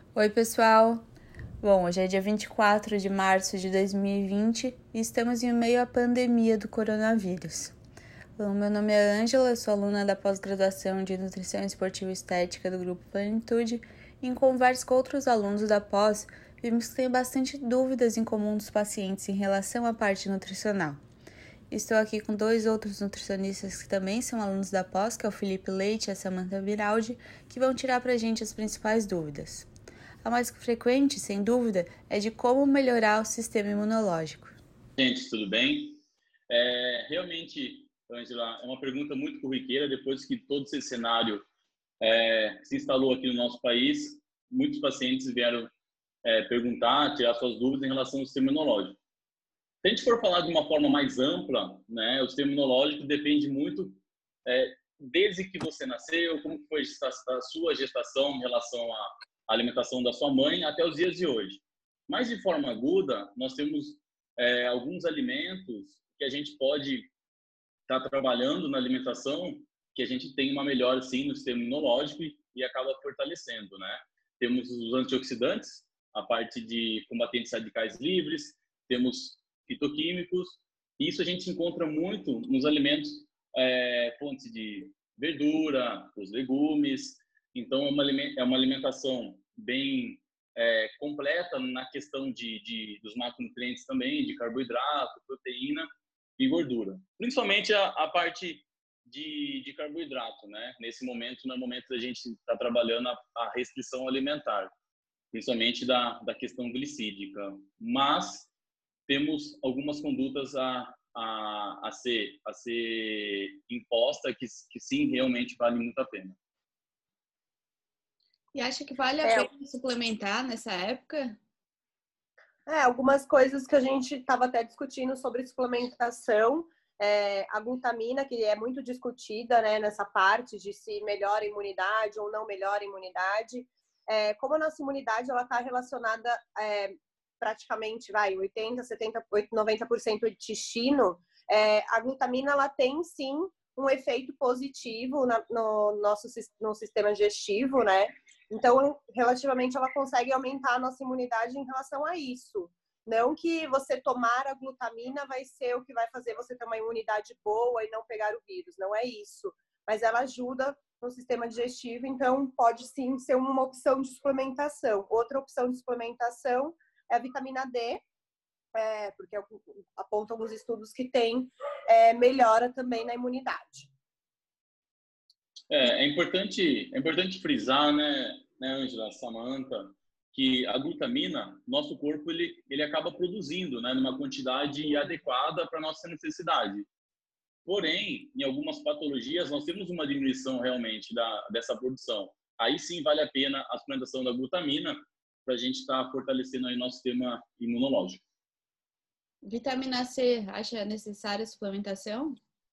Oi, pessoal! Bom, hoje é dia 24 de março de 2020 e estamos em meio à pandemia do coronavírus. Bom, meu nome é Ângela, eu sou aluna da pós-graduação de Nutrição Esportiva e Estética do Grupo Plenitude e em conversa com outros alunos da pós, vimos que tem bastante dúvidas em comum dos pacientes em relação à parte nutricional. Estou aqui com dois outros nutricionistas que também são alunos da pós, que é o Felipe Leite e a Samantha Viraldi, que vão tirar pra gente as principais dúvidas. A mais frequente, sem dúvida, é de como melhorar o sistema imunológico. Gente, tudo bem? Realmente, Ângela, é uma pergunta muito corriqueira. Depois que todo esse cenário se instalou aqui no nosso país, muitos pacientes vieram perguntar, tirar suas dúvidas em relação ao sistema imunológico. Se a gente for falar de uma forma mais ampla, né, o sistema imunológico depende muito desde que você nasceu, como foi a sua gestação em relação à alimentação da sua mãe até os dias de hoje. Mas de forma aguda, nós temos alguns alimentos que a gente pode estar trabalhando na alimentação, que a gente tem uma melhora sim no sistema imunológico e acaba fortalecendo, né? Temos os antioxidantes, a parte de combatentes radicais livres, temos fitoquímicos, e isso a gente encontra muito nos alimentos fontes de verdura, os legumes. Então é uma alimentação bem completa na questão dos macronutrientes também, de carboidrato, proteína e gordura. Principalmente a parte de carboidrato, né? Nesse momento, no momento da gente está trabalhando a restrição alimentar, principalmente da questão glicídica. Mas temos algumas condutas a ser imposta que sim, realmente vale muito a pena. E acha que vale a pena suplementar nessa época? Algumas coisas que a gente estava até discutindo sobre suplementação, a glutamina, que é muito discutida, né, nessa parte de se melhora a imunidade ou não melhora a imunidade. Como a nossa imunidade ela está relacionada praticamente 80, 70, 90% de intestino, a glutamina ela tem sim um efeito positivo no sistema digestivo, né? Então, relativamente, ela consegue aumentar a nossa imunidade em relação a isso. Não que você tomar a glutamina vai ser o que vai fazer você ter uma imunidade boa e não pegar o vírus. Não é isso. Mas ela ajuda no sistema digestivo, então pode sim ser uma opção de suplementação. Outra opção de suplementação é a vitamina D, porque apontam alguns estudos que tem melhora também na imunidade. É importante frisar, né, Ângela, Samantha, que a glutamina, nosso corpo ele acaba produzindo, né, numa quantidade adequada para nossa necessidade. Porém, em algumas patologias, nós temos uma diminuição realmente dessa produção. Aí sim vale a pena a suplementação da glutamina para a gente estar fortalecendo aí nosso sistema imunológico. Vitamina C, acha necessária a suplementação?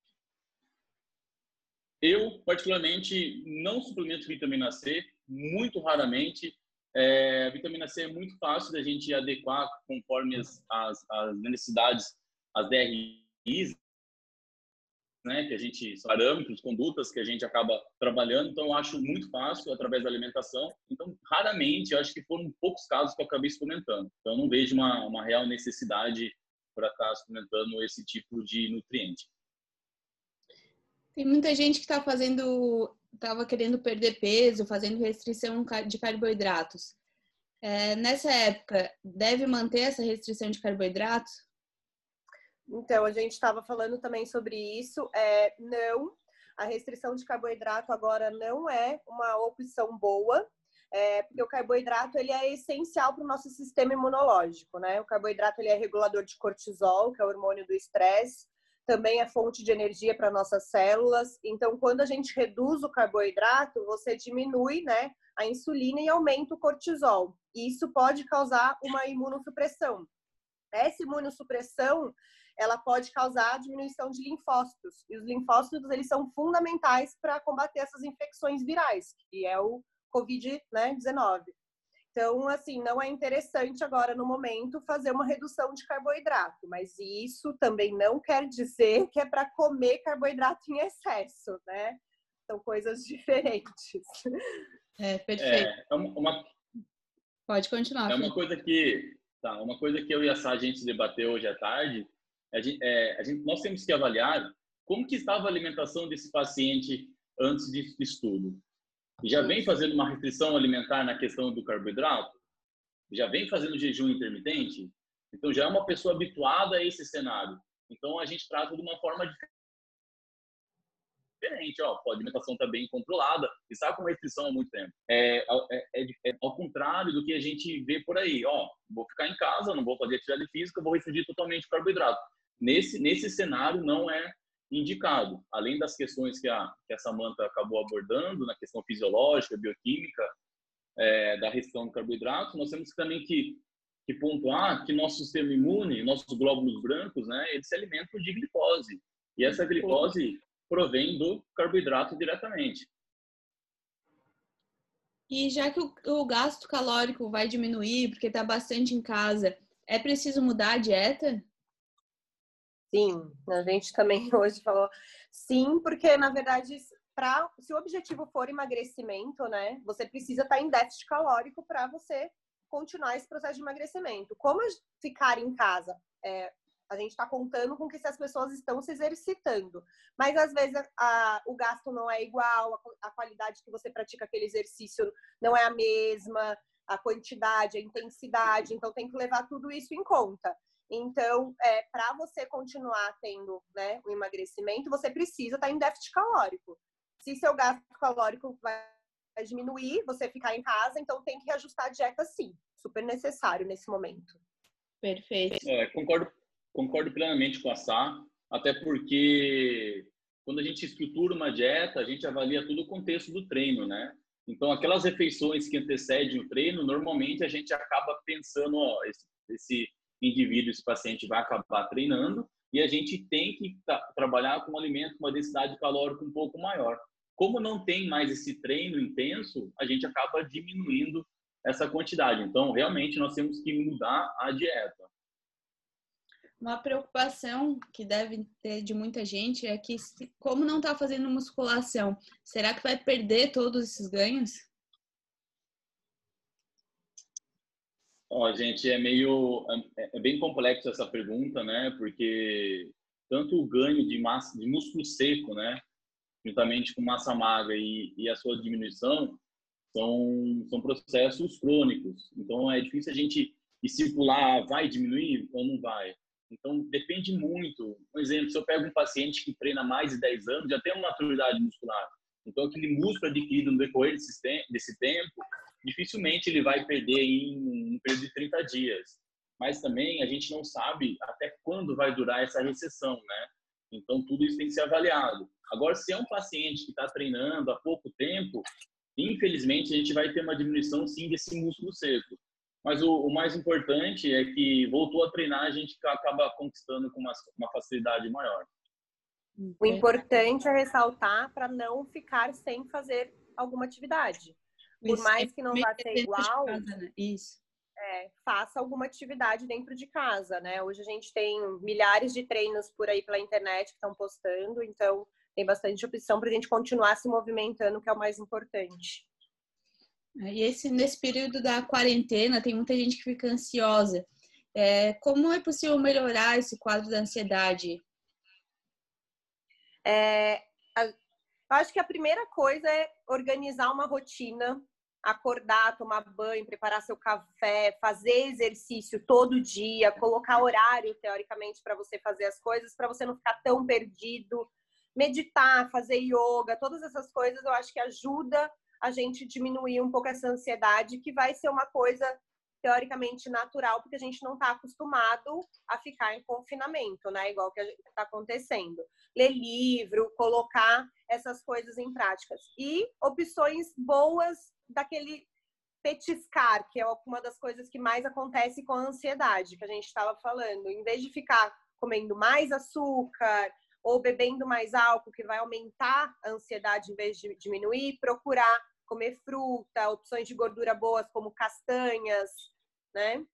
Eu, particularmente, não suplemento vitamina C, muito raramente. A vitamina C é muito fácil da gente adequar conforme as necessidades, as DRIs, né, que a gente, parâmetros, condutas que a gente acaba trabalhando. Então, eu acho muito fácil através da alimentação. Então, raramente, eu acho que foram poucos casos que eu acabei suplementando. Então, eu não vejo uma real necessidade para estar suplementando esse tipo de nutriente. Tem muita gente que estava querendo perder peso, fazendo restrição de carboidratos. Nessa época, deve manter essa restrição de carboidratos? Então, a gente estava falando também sobre isso. Não, a restrição de carboidrato agora não é uma opção boa, porque o carboidrato ele é essencial para o nosso sistema imunológico, né? O carboidrato ele é regulador de cortisol, que é o hormônio do estresse, também é fonte de energia para nossas células. Então, quando a gente reduz o carboidrato, você diminui, né, a insulina e aumenta o cortisol. E isso pode causar uma imunossupressão. Essa imunossupressão, ela pode causar diminuição de linfócitos. E os linfócitos, eles são fundamentais para combater essas infecções virais, que é o COVID-19. Então, assim, não é interessante agora, no momento, fazer uma redução de carboidrato. Mas isso também não quer dizer que é para comer carboidrato em excesso, né? São coisas diferentes. Perfeito. Pode continuar, É Felipe. uma coisa que eu e a Sá, a gente debateu hoje à tarde, nós temos que avaliar como que estava a alimentação desse paciente antes disso tudo. Já vem fazendo uma restrição alimentar na questão do carboidrato? Já vem fazendo jejum intermitente? Então, já é uma pessoa habituada a esse cenário. Então, a gente trata de uma forma diferente. Ó, a alimentação está bem controlada, está com restrição há muito tempo. Ao contrário do que a gente vê por aí. Ó, vou ficar em casa, não vou fazer atividade física, vou restringir totalmente o carboidrato. Nesse cenário, não é indicado. Além das questões que a Samantha acabou abordando, na questão fisiológica, bioquímica, da restrição do carboidrato, nós temos também que pontuar que nosso sistema imune, nossos glóbulos brancos, né, eles se alimentam de glicose. E essa glicose provém do carboidrato diretamente. E já que o gasto calórico vai diminuir, porque está bastante em casa, é preciso mudar a dieta? Sim, a gente também hoje falou sim, porque na verdade, se o objetivo for emagrecimento, né, você precisa estar em déficit calórico para você continuar esse processo de emagrecimento. Como ficar em casa? A gente está contando com que se as pessoas estão se exercitando, mas às vezes o gasto não é igual, a qualidade que você pratica aquele exercício não é a mesma, a quantidade, a intensidade, então tem que levar tudo isso em conta. Então, para você continuar tendo, né, o emagrecimento, você precisa estar em déficit calórico. Se seu gasto calórico vai diminuir, você ficar em casa, então tem que reajustar a dieta sim. Super necessário nesse momento. Perfeito. Concordo plenamente com a Sá, até porque quando a gente estrutura uma dieta, a gente avalia todo o contexto do treino, né? Então, aquelas refeições que antecedem o treino, normalmente a gente acaba pensando, ó, esse indivíduo, esse paciente vai acabar treinando e a gente tem que trabalhar com um alimento com uma densidade calórica um pouco maior. Como não tem mais esse treino intenso, a gente acaba diminuindo essa quantidade. Então, realmente, nós temos que mudar a dieta. Uma preocupação que deve ter de muita gente é que, como não está fazendo musculação, será que vai perder todos esses ganhos? Ó, gente, é bem complexo essa pergunta, né? Porque tanto o ganho de massa, de músculo seco, né, juntamente com massa magra e a sua diminuição, são processos crônicos. Então, é difícil a gente estipular, vai diminuir ou não vai. Então, depende muito. Por exemplo, se eu pego um paciente que treina mais de 10 anos, já tem uma maturidade muscular. Então, aquele músculo adquirido no decorrer desse tempo, dificilmente ele vai perder em um período de 30 dias. Mas também a gente não sabe até quando vai durar essa recessão, né? Então, tudo isso tem que ser avaliado. Agora, se é um paciente que está treinando há pouco tempo, infelizmente, a gente vai ter uma diminuição, sim, desse músculo seco. Mas o mais importante é que voltou a treinar, a gente acaba conquistando com uma facilidade maior. O importante é ressaltar para não ficar sem fazer alguma atividade. Por mais que não vá ser igual, isso. Faça alguma atividade dentro de casa, né? Hoje a gente tem milhares de treinos por aí pela internet que estão postando, então tem bastante opção para a gente continuar se movimentando, que é o mais importante. E nesse período da quarentena, tem muita gente que fica ansiosa. Como é possível melhorar esse quadro da ansiedade? Eu acho que a primeira coisa é organizar uma rotina, acordar, tomar banho, preparar seu café, fazer exercício todo dia, colocar horário, teoricamente, para você fazer as coisas, para você não ficar tão perdido. Meditar, fazer yoga, todas essas coisas eu acho que ajuda a gente diminuir um pouco essa ansiedade, que vai ser uma coisa teoricamente natural, porque a gente não está acostumado a ficar em confinamento, né? Igual que está acontecendo. Ler livro, colocar essas coisas em práticas. E opções boas daquele petiscar, que é uma das coisas que mais acontece com a ansiedade, que a gente estava falando. Em vez de ficar comendo mais açúcar ou bebendo mais álcool, que vai aumentar a ansiedade em vez de diminuir, procurar comer fruta, opções de gordura boas como castanhas, né?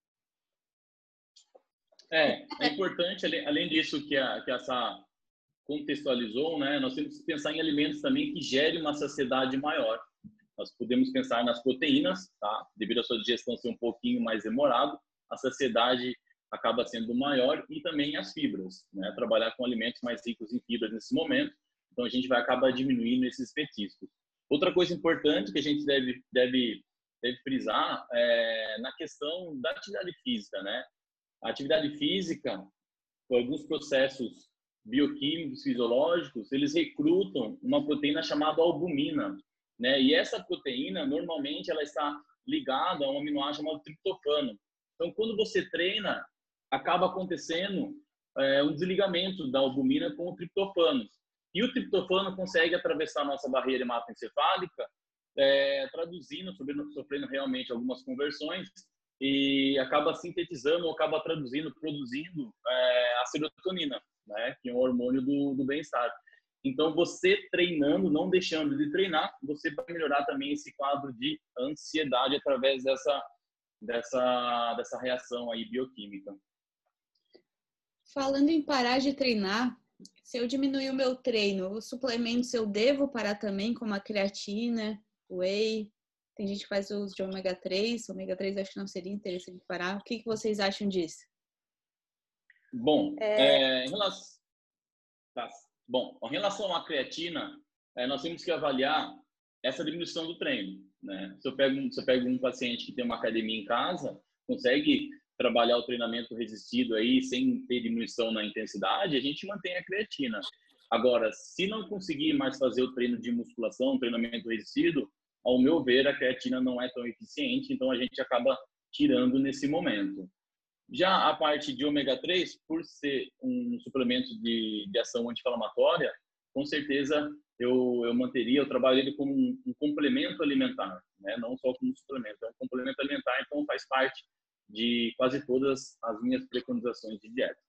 É importante, além disso que a Sá contextualizou, né, nós temos que pensar em alimentos também que gerem uma saciedade maior. Nós podemos pensar nas proteínas, tá? Devido à sua digestão ser um pouquinho mais demorado, a saciedade acaba sendo maior, e também as fibras, né? Trabalhar com alimentos mais ricos em fibras nesse momento, então a gente vai acabar diminuindo esses petiscos. Outra coisa importante que a gente deve frisar é na questão da atividade física, né? A atividade física, por alguns processos bioquímicos, fisiológicos, eles recrutam uma proteína chamada albumina, né? E essa proteína, normalmente, ela está ligada a um aminoácido chamado triptofano. Então, quando você treina, acaba acontecendo um desligamento da albumina com o triptofano. E o triptofano consegue atravessar a nossa barreira hematoencefálica, sofrendo realmente algumas conversões, e acaba sintetizando, ou acaba produzindo a serotonina, né, que é um hormônio do bem-estar. Então, você treinando, não deixando de treinar, você vai melhorar também esse quadro de ansiedade através dessa reação aí bioquímica. Falando em parar de treinar, se eu diminuir o meu treino, os suplementos eu devo parar também, como a creatina, whey? Tem gente que faz uso de ômega 3. Ômega 3 acho que não seria interessante parar. O que vocês acham disso? Bom, em relação à creatina, nós temos que avaliar essa diminuição do treino, né? Se eu pego um paciente que tem uma academia em casa, consegue trabalhar o treinamento resistido aí sem ter diminuição na intensidade, a gente mantém a creatina. Agora, se não conseguir mais fazer o treino de musculação, o treinamento resistido, ao meu ver, a creatina não é tão eficiente, então a gente acaba tirando nesse momento. Já a parte de ômega 3, por ser um suplemento de ação anti-inflamatória, com certeza eu manteria, eu trabalho ele como um complemento alimentar, né? Não só como suplemento, é um complemento alimentar, então faz parte de quase todas as minhas preconizações de dieta.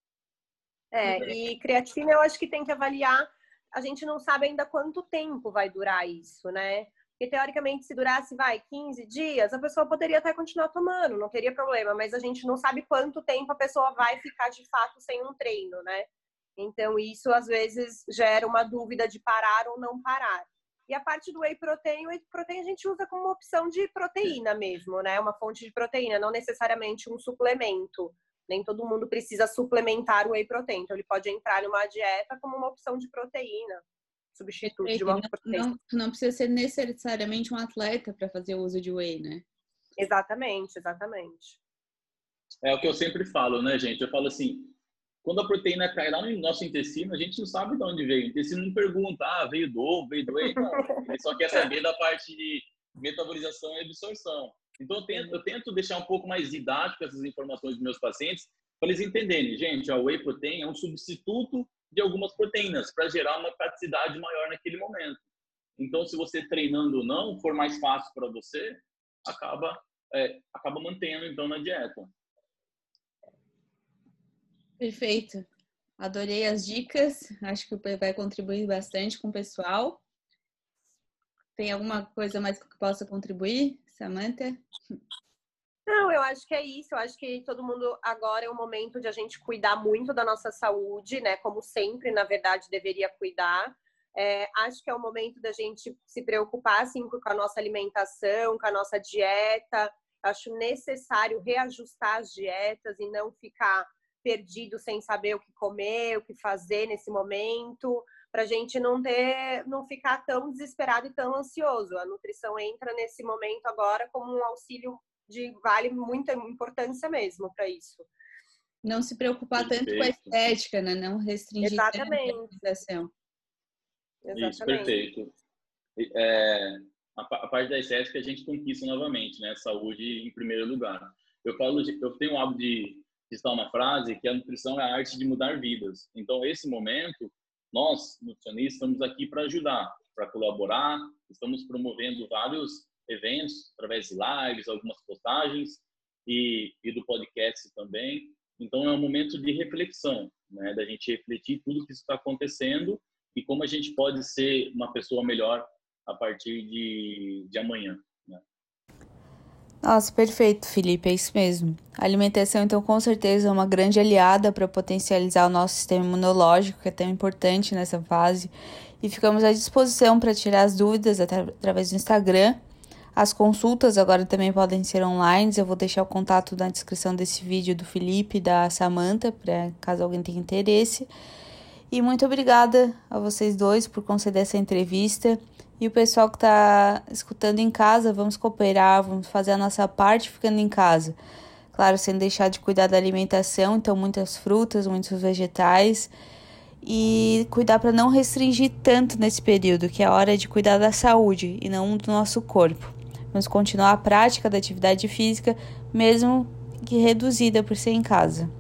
E creatina eu acho que tem que avaliar, a gente não sabe ainda quanto tempo vai durar isso, né? Porque teoricamente se durasse, 15 dias, a pessoa poderia até continuar tomando, não teria problema, mas a gente não sabe quanto tempo a pessoa vai ficar de fato sem um treino, né? Então isso às vezes gera uma dúvida de parar ou não parar. E a parte do whey protein a gente usa como uma opção de proteína mesmo, né? Uma fonte de proteína, não necessariamente um suplemento. Nem todo mundo precisa suplementar o whey protein. Então, ele pode entrar numa dieta como uma opção de proteína, substituto de uma proteína. Não precisa ser necessariamente um atleta para fazer o uso de whey, né? Exatamente. É o que eu sempre falo, né, gente? Eu falo assim, quando a proteína cai lá no nosso intestino, a gente não sabe de onde veio. O intestino não pergunta, veio do ovo, veio do whey. Não, ele só quer saber da parte de metabolização e absorção. Então, eu tento deixar um pouco mais didático essas informações dos meus pacientes, para eles entenderem. Gente, a whey protein é um substituto de algumas proteínas, para gerar uma praticidade maior naquele momento. Então, se você treinando ou não, for mais fácil para você, acaba mantendo, então, na dieta. Perfeito. Adorei as dicas. Acho que vai contribuir bastante com o pessoal. Tem alguma coisa mais que possa contribuir, Samantha? Não, eu acho que é isso. Eu acho que todo mundo agora é o momento de a gente cuidar muito da nossa saúde, né? Como sempre, na verdade, deveria cuidar. Acho que é o momento da gente se preocupar, assim, com a nossa alimentação, com a nossa dieta. Acho necessário reajustar as dietas e não ficar perdido sem saber o que comer, o que fazer nesse momento, para a gente não ficar tão desesperado e tão ansioso. A nutrição entra nesse momento agora como um auxílio vale muita importância mesmo para isso. Não se preocupar tanto com a estética, né? Não restringir a alimentação. Isso, perfeito. A parte da estética a gente conquista novamente, né? Saúde em primeiro lugar. Eu tenho o hábito de citar uma frase que a nutrição é a arte de mudar vidas. Então, esse momento, nós, nutricionistas, estamos aqui para ajudar, para colaborar, estamos promovendo vários eventos, através de lives, algumas postagens e do podcast também. Então, é um momento de reflexão, né? Da gente refletir tudo que está acontecendo e como a gente pode ser uma pessoa melhor a partir de amanhã. Né? Nossa, perfeito, Felipe, é isso mesmo. A alimentação, então, com certeza é uma grande aliada para potencializar o nosso sistema imunológico, que é tão importante nessa fase, e ficamos à disposição para tirar as dúvidas através do Instagram. As consultas agora também podem ser online. Eu vou deixar o contato na descrição desse vídeo do Felipe e da Samantha, para caso alguém tenha interesse. E muito obrigada a vocês dois por conceder essa entrevista. E o pessoal que está escutando em casa, vamos cooperar, vamos fazer a nossa parte ficando em casa. Claro, sem deixar de cuidar da alimentação, então muitas frutas, muitos vegetais. E cuidar para não restringir tanto nesse período, que é a hora de cuidar da saúde e não do nosso corpo. Vamos continuar a prática da atividade física, mesmo que reduzida por ser em casa.